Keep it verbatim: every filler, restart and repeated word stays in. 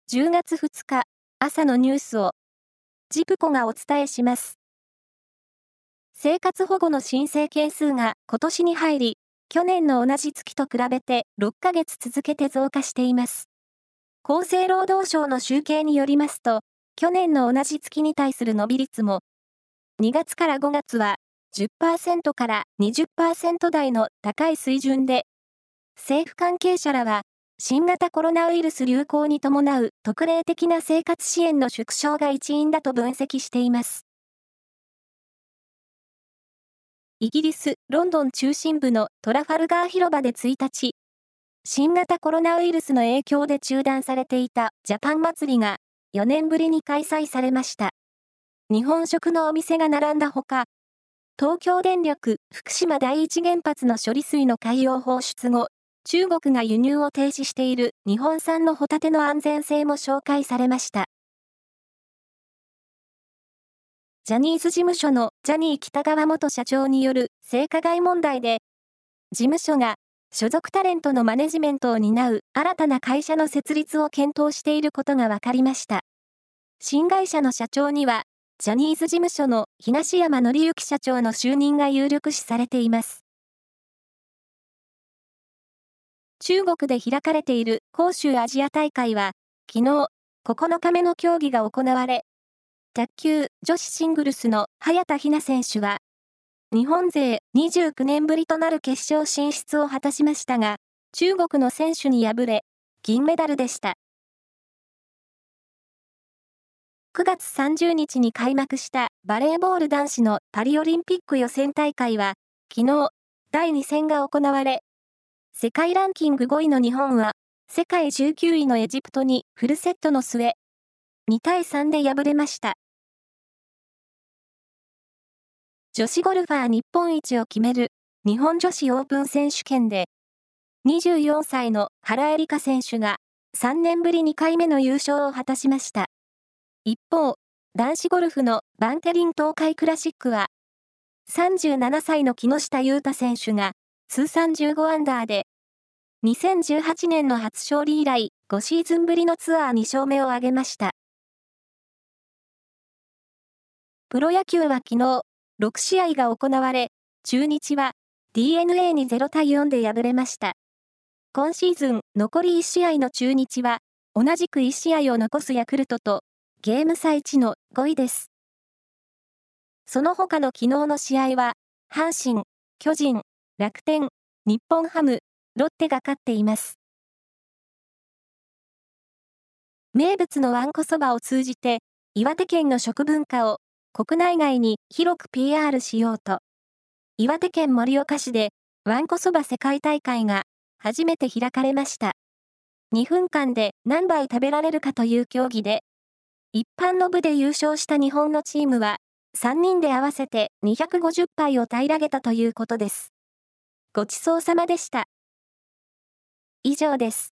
じゅうがつふつか、朝のニュースを、ジプコがお伝えします。生活保護の申請件数が今年に入り、去年の同じ月と比べてろっかげつ続けて増加しています。厚生労働省の集計によりますと、去年の同じ月に対する伸び率も、にがつからごがつは じゅっパーセント から にじゅっパーセント 台の高い水準で、政府関係者らは、新型コロナウイルス流行に伴う特例的な生活支援の縮小が一因だと分析しています。イギリス・ロンドン中心部のトラファルガー広場でいちにち、新型コロナウイルスの影響で中断されていたジャパン祭りがよねんぶりに開催されました。日本食のお店が並んだほか、東京電力福島第一原発の処理水の海洋放出後、中国が輸入を停止している日本産のホタテの安全性も紹介されました。ジャニーズ事務所のジャニー喜多川元社長による性加害問題で、事務所が所属タレントのマネジメントを担う新たな会社の設立を検討していることが分かりました。新会社の社長には、ジャニーズ事務所の東山紀之社長の就任が有力視されています。中国で開かれている広州アジア大会は、昨日、ここのかめの競技が行われ、卓球女子シングルスの早田ひな選手は、日本勢にじゅうきゅうねんぶりとなる決勝進出を果たしましたが、中国の選手に敗れ、銀メダルでした。くがつさんじゅうにちに開幕したバレーボール男子のパリオリンピック予選大会は、昨日、だいに戦が行われ、世界ランキングごいの日本は、世界じゅうきゅういのエジプトにフルセットの末、にたいさんで敗れました。女子ゴルファー日本一を決める日本女子オープン選手権で、にじゅうよんさいの原英莉花選手がさんねんぶりにかいめの優勝を果たしました。一方、男子ゴルフのバンテリン東海クラシックは、さんじゅうななさいの木下裕太選手が通算じゅうごアンダーで、にせんじゅうはちねんの初勝利以来ごシーズンぶりのツアーに勝目を挙げました。プロ野球は昨日、ろくしあいが行われ、中日は ディーエヌエー にゼロたいよんで敗れました。今シーズン残りいちしあいの中日は、同じくいちしあいを残すヤクルトと、ゲーム差いちのごいです。その他の昨日の試合は、阪神、巨人、楽天、日本ハム、ロッテが勝っています。名物のわんこそばを通じて、岩手県の食文化を国内外に広く ピーアール しようと、岩手県盛岡市でわんこそば世界大会が初めて開かれました。にふんかんで何杯食べられるかという競技で、一般の部で優勝した日本のチームは、さんにんで合わせてにひゃくごじゅっぱいを平らげたということです。ごちそうさまでした。以上です。